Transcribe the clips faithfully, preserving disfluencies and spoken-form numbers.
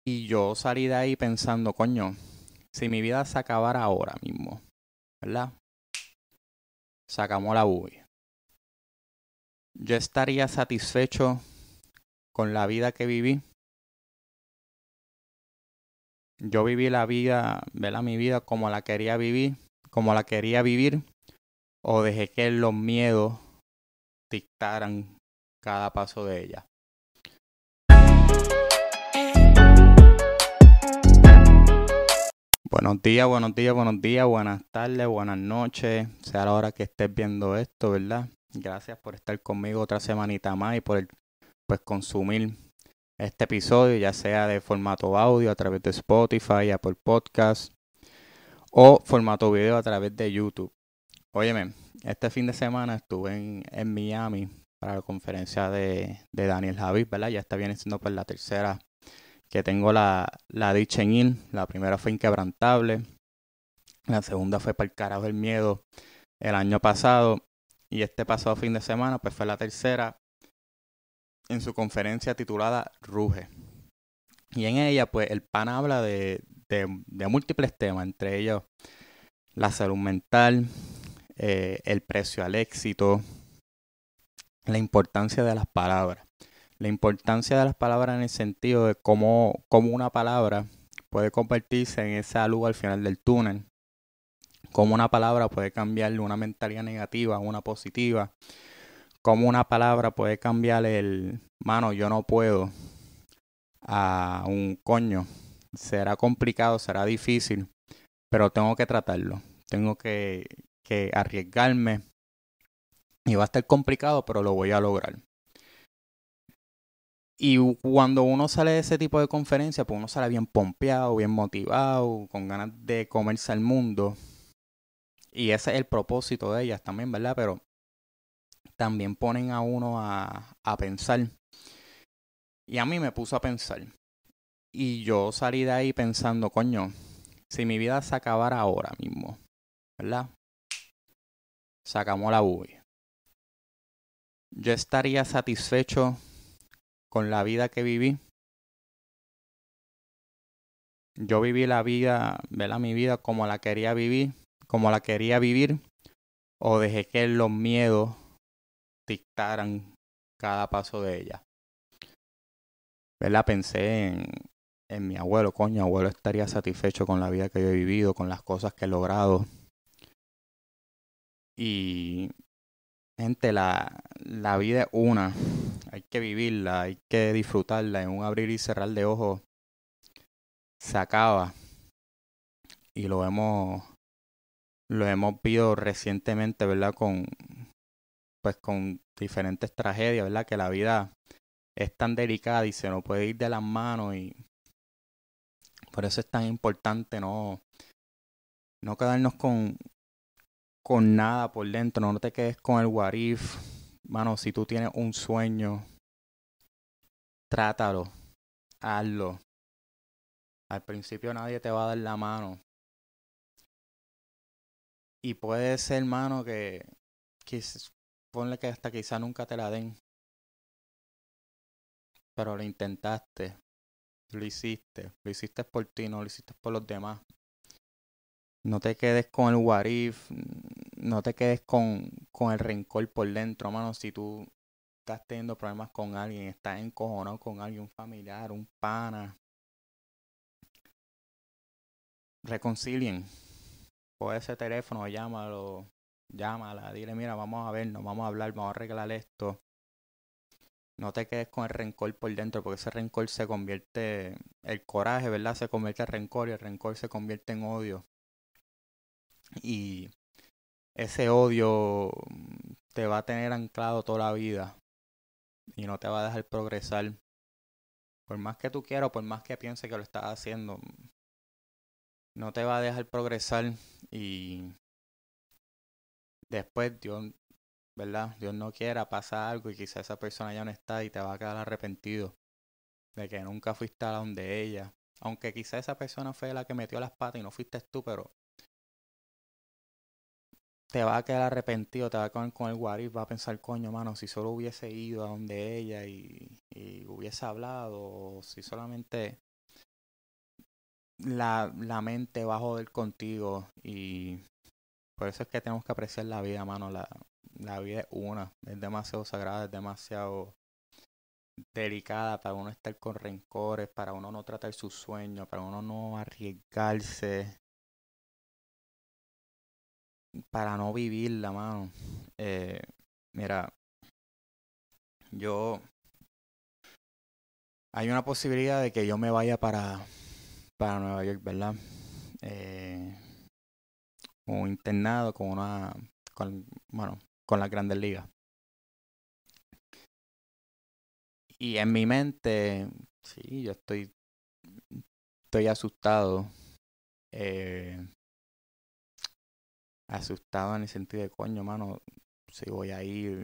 Y yo salí de ahí pensando, coño, si mi vida se acabara ahora mismo, ¿verdad? Sacamos la bulla. Yo estaría satisfecho con la vida que viví. Yo viví la vida, ¿verdad? Mi vida como la quería vivir, como la quería vivir, o dejé que los miedos dictaran cada paso de ella. Buenos días, buenos días, buenos días, buenas tardes, buenas noches, sea la hora que estés viendo esto, ¿verdad? Gracias por estar conmigo otra semanita más y por el, pues consumir este episodio, ya sea de formato audio a través de Spotify, Apple Podcast o formato video a través de YouTube. Óyeme, este fin de semana estuve en, en Miami para la conferencia de, de Daniel Javid, ¿verdad? Ya está viene siendo pues la tercera que tengo la, la dicha en ir. La primera fue Inquebrantable, la segunda fue Para el carajo el miedo el año pasado y este pasado fin de semana pues fue la tercera en su conferencia titulada Ruge. Y en ella pues el pan habla de, de, de múltiples temas, entre ellos la salud mental, eh, el precio al éxito, la importancia de las palabras. La importancia de las palabras en el sentido de cómo, cómo una palabra puede convertirse en esa luz al final del túnel. Cómo una palabra puede cambiarle una mentalidad negativa a una positiva. Cómo una palabra puede cambiar el, mano, yo no puedo, a un coño. Será complicado, será difícil, pero tengo que tratarlo. Tengo que, que arriesgarme. Y va a estar complicado, pero lo voy a lograr. Y cuando uno sale de ese tipo de conferencia, pues uno sale bien pompeado, bien motivado, con ganas de comerse al mundo. Y ese es el propósito de ellas también, ¿verdad? Pero también ponen a uno a, a pensar. Y a mí me puso a pensar. Y yo salí de ahí pensando, coño, si mi vida se acabara ahora mismo, ¿verdad? Sacamos la bulla. Yo estaría satisfecho con la vida que viví. Yo viví la vida, ¿verdad? Mi vida como la quería vivir, como la quería vivir, o dejé que los miedos dictaran cada paso de ella. ¿Verdad? Pensé en, en mi abuelo, coño, abuelo estaría satisfecho con la vida que yo he vivido, con las cosas que he logrado. Y, gente, la, la vida es una, hay que vivirla, hay que disfrutarla, en un abrir y cerrar de ojos se acaba. Y lo hemos, lo hemos visto recientemente, ¿verdad? Con, pues con diferentes tragedias, ¿verdad? Que la vida es tan delicada y se nos puede ir de las manos y por eso es tan importante no, no quedarnos con, con nada por dentro, no te quedes con el what if. Mano, si tú tienes un sueño, trátalo, hazlo. Al principio nadie te va a dar la mano. Y puede ser, mano, que, que ponle que hasta quizá nunca te la den. Pero lo intentaste, lo hiciste, lo hiciste por ti, no lo hiciste por los demás. No te quedes con el what if, no te quedes con, con el rencor por dentro, mano. Si tú estás teniendo problemas con alguien, estás encojonado con alguien, un familiar, un pana, reconcilien. Coge ese teléfono, llámalo, llámala, dile, mira, vamos a vernos, vamos a hablar, vamos a arreglar esto. No te quedes con el rencor por dentro, porque ese rencor se convierte, el coraje, ¿verdad? Se convierte en rencor y el rencor se convierte en odio. Y ese odio te va a tener anclado toda la vida y no te va a dejar progresar. Por más que tú quieras, por más que pienses que lo estás haciendo, no te va a dejar progresar y después Dios, ¿verdad? Dios no quiera, pasa algo y quizá esa persona ya no está y te va a quedar arrepentido de que nunca fuiste a donde ella. Aunque quizá esa persona fue la que metió las patas y no fuiste tú, pero te va a quedar arrepentido, te va a quedar con el guarif, va a pensar, coño, mano, si solo hubiese ido a donde ella y, y hubiese hablado, o si solamente la, la mente va a joder contigo y por eso es que tenemos que apreciar la vida, mano. La, la vida es una, es demasiado sagrada, es demasiado delicada para uno estar con rencores, para uno no tratar sus sueños, para uno no arriesgarse, para no vivirla, mano. Eh, mira, yo hay una posibilidad de que yo me vaya para, para Nueva York, ¿verdad? Eh, como internado con una, con, bueno, con las Grandes Ligas. Y en mi mente, sí, yo estoy, estoy asustado. Eh, asustado en el sentido de coño, mano, si voy a ir,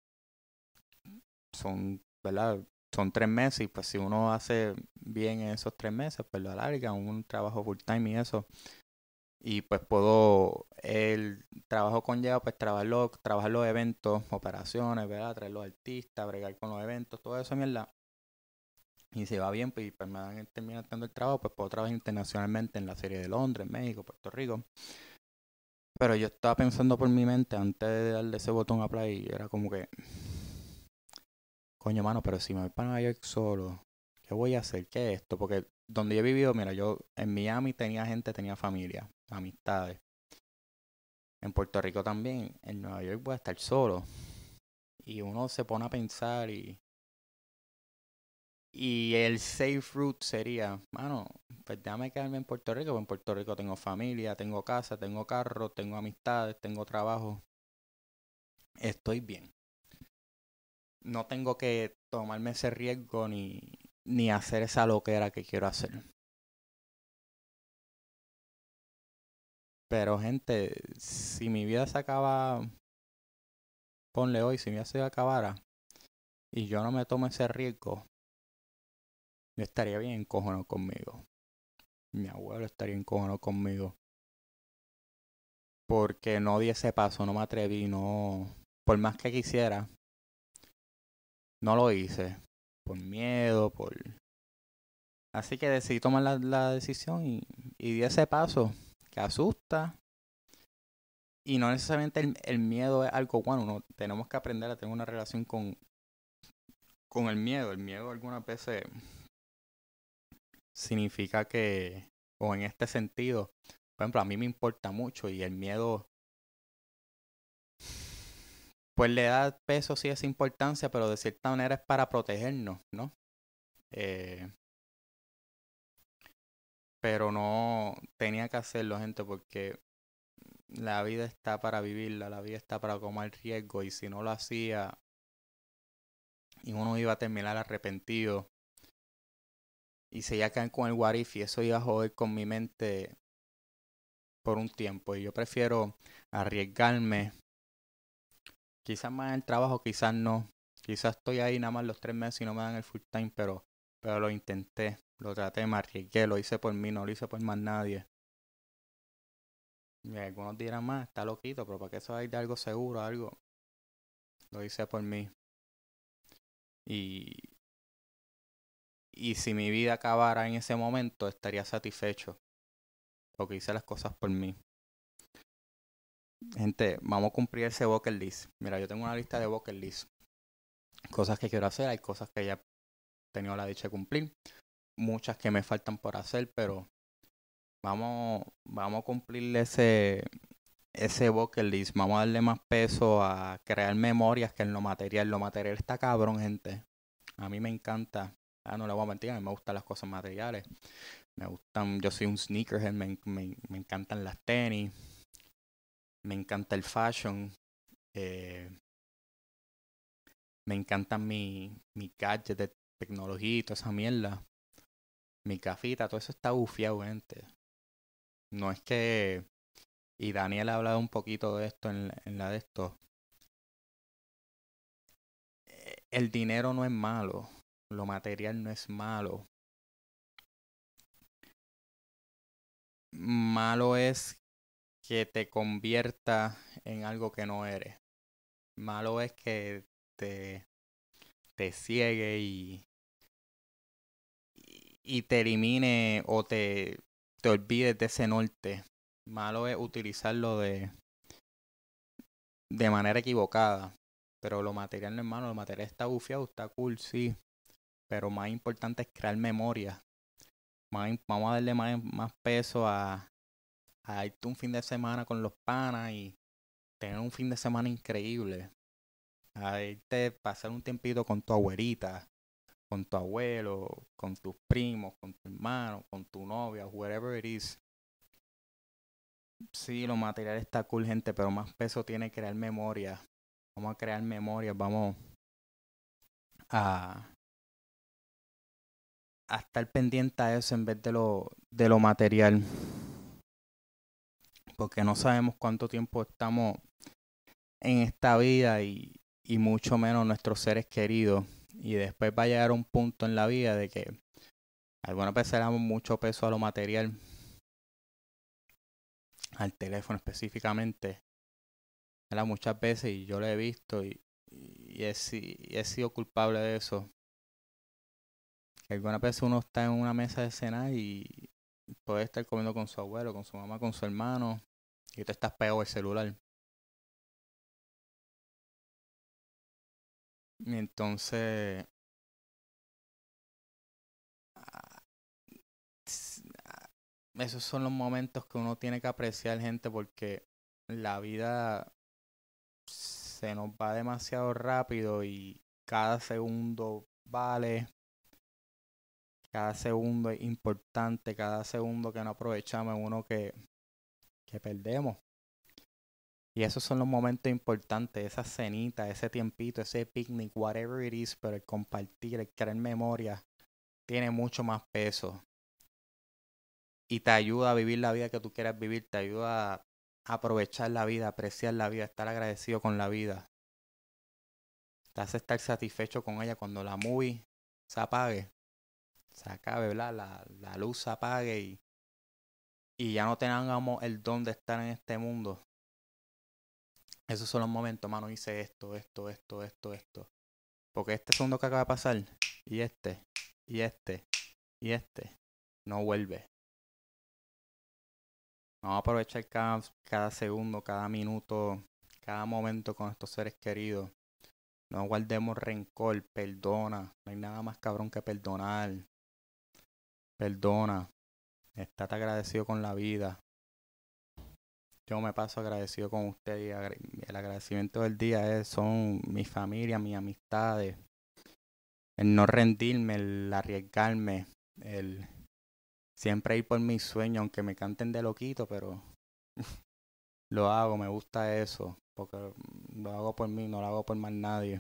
son, ¿verdad? Son tres meses y pues si uno hace bien en esos tres meses, pues lo alarga, un trabajo full time y eso. Y pues puedo, el trabajo conlleva pues trabajar los, trabajar los eventos, operaciones, ¿verdad? Traer los artistas, bregar con los eventos, todo eso, mierda. Y si va bien, pues, pues me van a terminar dando el trabajo, pues puedo trabajar internacionalmente en la serie de Londres, México, Puerto Rico. Pero yo estaba pensando por mi mente antes de darle ese botón a play, era como que, coño, mano, pero si me voy para Nueva York solo, ¿qué voy a hacer? ¿Qué es esto? Porque donde yo he vivido, mira, yo en Miami tenía gente, tenía familia, amistades. En Puerto Rico también, en Nueva York voy a estar solo. Y uno se pone a pensar y, y el safe route sería, mano, pues déjame quedarme en Puerto Rico, porque en Puerto Rico tengo familia, tengo casa, tengo carro, tengo amistades, tengo trabajo, estoy bien. No tengo que tomarme ese riesgo ni, ni hacer esa loquera que quiero hacer. Pero gente, si mi vida se acaba, ponle hoy, si mi vida se acabara y yo no me tomo ese riesgo, yo estaría bien encojonado conmigo. Mi abuelo estaría encojonado conmigo. Porque no di ese paso, no me atreví, no, por más que quisiera, no lo hice, por miedo, por... Así que decidí tomar la, la decisión y, y di ese paso, que asusta, y no necesariamente el, el miedo es algo bueno, no, tenemos que aprender a tener una relación con, con el miedo, el miedo algunas veces significa que, o en este sentido, por ejemplo, a mí me importa mucho y el miedo pues le da peso sí esa importancia, pero de cierta manera es para protegernos, ¿no? Eh, pero no tenía que hacerlo, gente, porque la vida está para vivirla, la vida está para tomar riesgo y si no lo hacía y uno iba a terminar arrepentido y se iba a caer con el what if y eso iba a joder con mi mente por un tiempo y yo prefiero arriesgarme, quizás más en el trabajo, quizás no, quizás estoy ahí nada más los tres meses y no me dan el full time, pero, pero lo intenté, lo traté, me arriesgué, lo hice por mí, no lo hice por más nadie. Y algunos dirán más, está loquito, pero ¿para qué se va a ir de algo seguro, algo? Lo hice por mí. Y, y si mi vida acabara en ese momento, estaría satisfecho, porque hice las cosas por mí. Gente, vamos a cumplir ese bucket list. Mira, yo tengo una lista de bucket list. Cosas que quiero hacer, hay cosas que ya he tenido la dicha de cumplir. Muchas que me faltan por hacer, pero vamos, vamos a cumplir ese, ese bucket list. Vamos a darle más peso a crear memorias que en lo material. Lo material está cabrón, gente. A mí me encanta. Ah, no le voy a mentir, a mí me gustan las cosas materiales. Me gustan, yo soy un sneakerhead, me, me, me encantan las tenis, me encanta el fashion, eh, me encantan mis mi gadgets de tecnología y toda esa mierda. Mi cafita, todo eso está bufiado, gente. No es que... Y Daniel ha hablado un poquito de esto en, en la de esto. Eh, El dinero no es malo, lo material no es malo. Malo es que te convierta en algo que no eres. Malo es que te, te ciegue y, y, y te elimine o te, te olvides de ese norte. Malo es utilizarlo de, de manera equivocada. Pero lo material, hermano, lo material está bufiado, está cool, sí. Pero más importante es crear memoria. Más, vamos a darle más, más peso a, a irte un fin de semana con los panas y tener un fin de semana increíble. A irte pasar un tiempito con tu abuelita, con tu abuelo, con tus primos, con tu hermano, con tu novia, whatever it is. Sí, lo material está cool, gente, pero más peso tiene crear memoria. Vamos a crear memorias, vamos a, a estar pendiente a eso en vez de lo, de lo material. Porque no sabemos cuánto tiempo estamos en esta vida y, y mucho menos nuestros seres queridos. Y después va a llegar un punto en la vida de que algunas veces le damos mucho peso a lo material, al teléfono específicamente. ¿Verdad? Muchas veces, y yo lo he visto y, y, he, y he sido culpable de eso. Que algunas veces uno está en una mesa de cenar y puede estar comiendo con su abuelo, con su mamá, con su hermano, y tú estás pegado al celular. Y entonces, esos son los momentos que uno tiene que apreciar, gente, porque la vida se nos va demasiado rápido y cada segundo vale, cada segundo es importante, cada segundo que no aprovechamos es uno que, que perdemos. Y esos son los momentos importantes, esa cenita, ese tiempito, ese picnic, whatever it is, pero el compartir, el crear memoria, tiene mucho más peso. Y te ayuda a vivir la vida que tú quieras vivir, te ayuda a aprovechar la vida, apreciar la vida, estar agradecido con la vida. Te hace estar satisfecho con ella cuando la movie se apague, se acabe, ¿verdad? La, la luz se apague y, y ya no tengamos el don de estar en este mundo. Esos son los momentos, mano, hice esto, esto, esto, esto, esto. Porque este segundo que acaba de pasar, y este, y este, y este, no vuelve. Vamos a aprovechar cada, cada segundo, cada minuto, cada momento con estos seres queridos. No guardemos rencor, perdona. No hay nada más cabrón que perdonar. Perdona. Estate agradecido con la vida. Yo me paso agradecido con usted y el agradecimiento del día es, son mi familia, mis amistades. El no rendirme, el arriesgarme, el siempre ir por mis sueños, aunque me canten de loquito, pero lo hago, me gusta eso, porque lo hago por mí, no lo hago por más nadie.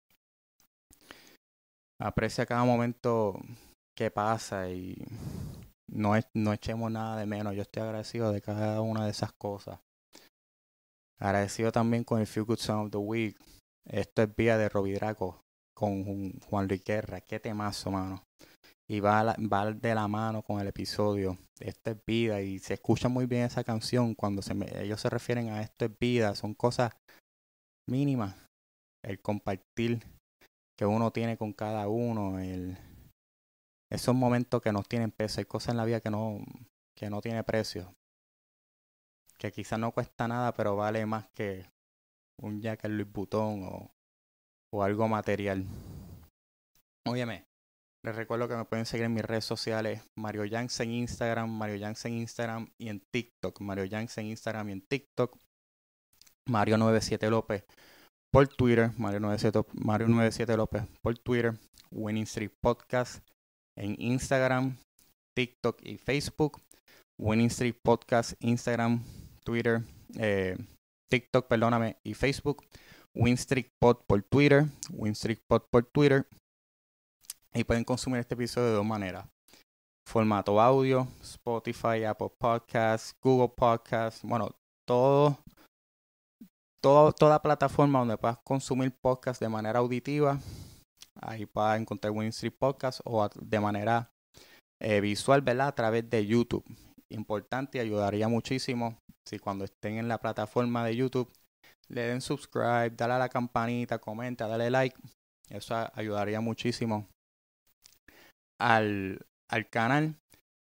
Aprecia cada momento que pasa y no, es, no echemos nada de menos. Yo estoy agradecido de cada una de esas cosas. Agradecido también con el Feel Good Song of the Week. Esto es Vía de Robbie Draco con Juan Luis Guerra. Qué temazo, mano. Y va, la, va de la mano con el episodio. Esto es vida y se escucha muy bien esa canción cuando se me, ellos se refieren a esto es vida. Son cosas mínimas. El compartir que uno tiene con cada uno. El, esos momentos que no tienen peso. Hay cosas en la vida que no, que no tiene precio. Que quizás no cuesta nada, pero vale más que un jacket Louis Vuitton o, o algo material. Óyeme. Les recuerdo que me pueden seguir en mis redes sociales, Mario Yanks en Instagram, Mario Yanks en Instagram y en TikTok, Mario Yanks en Instagram y en TikTok, Mario noventa y siete López por Twitter, Mario noventa y siete, Mario noventa y siete López por Twitter, Winning Street Podcast en Instagram, TikTok y Facebook, Winning Street Podcast, Instagram, Twitter, eh, TikTok, perdóname, y Facebook, Win Street Pod por Twitter, Win Street Pod por Twitter. Y pueden consumir este episodio de dos maneras. Formato audio, Spotify, Apple Podcasts, Google Podcasts, bueno, todo, todo, toda plataforma donde puedas consumir podcasts de manera auditiva. Ahí puedas encontrar Win Street Podcast o de manera eh, visual, ¿verdad? A través de YouTube. Importante y ayudaría muchísimo si cuando estén en la plataforma de YouTube le den subscribe, dale a la campanita, comenta, dale like. Eso ayudaría muchísimo Al, al canal.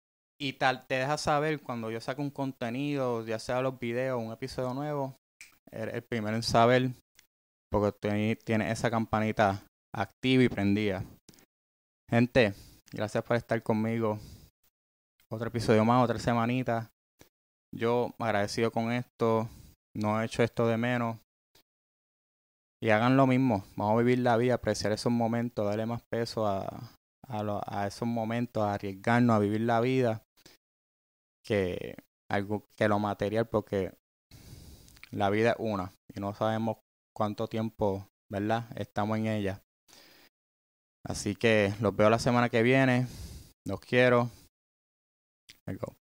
y tal, te deja saber cuando yo saco un contenido, ya sea los videos, un episodio nuevo, eres el primero en saber porque tienes esa campanita activa y prendida. Gente, gracias por estar conmigo. Otro episodio más, otra semanita. Yo agradecido con esto. No he hecho esto de menos. Y hagan lo mismo. Vamos a vivir la vida, apreciar esos momentos, darle más peso a, a, lo, a esos momentos, a arriesgarnos a vivir la vida que algo que lo material, porque la vida es una y no sabemos cuánto tiempo, ¿verdad? Estamos en ella. Así que los veo la semana que viene. Los quiero. Let's go.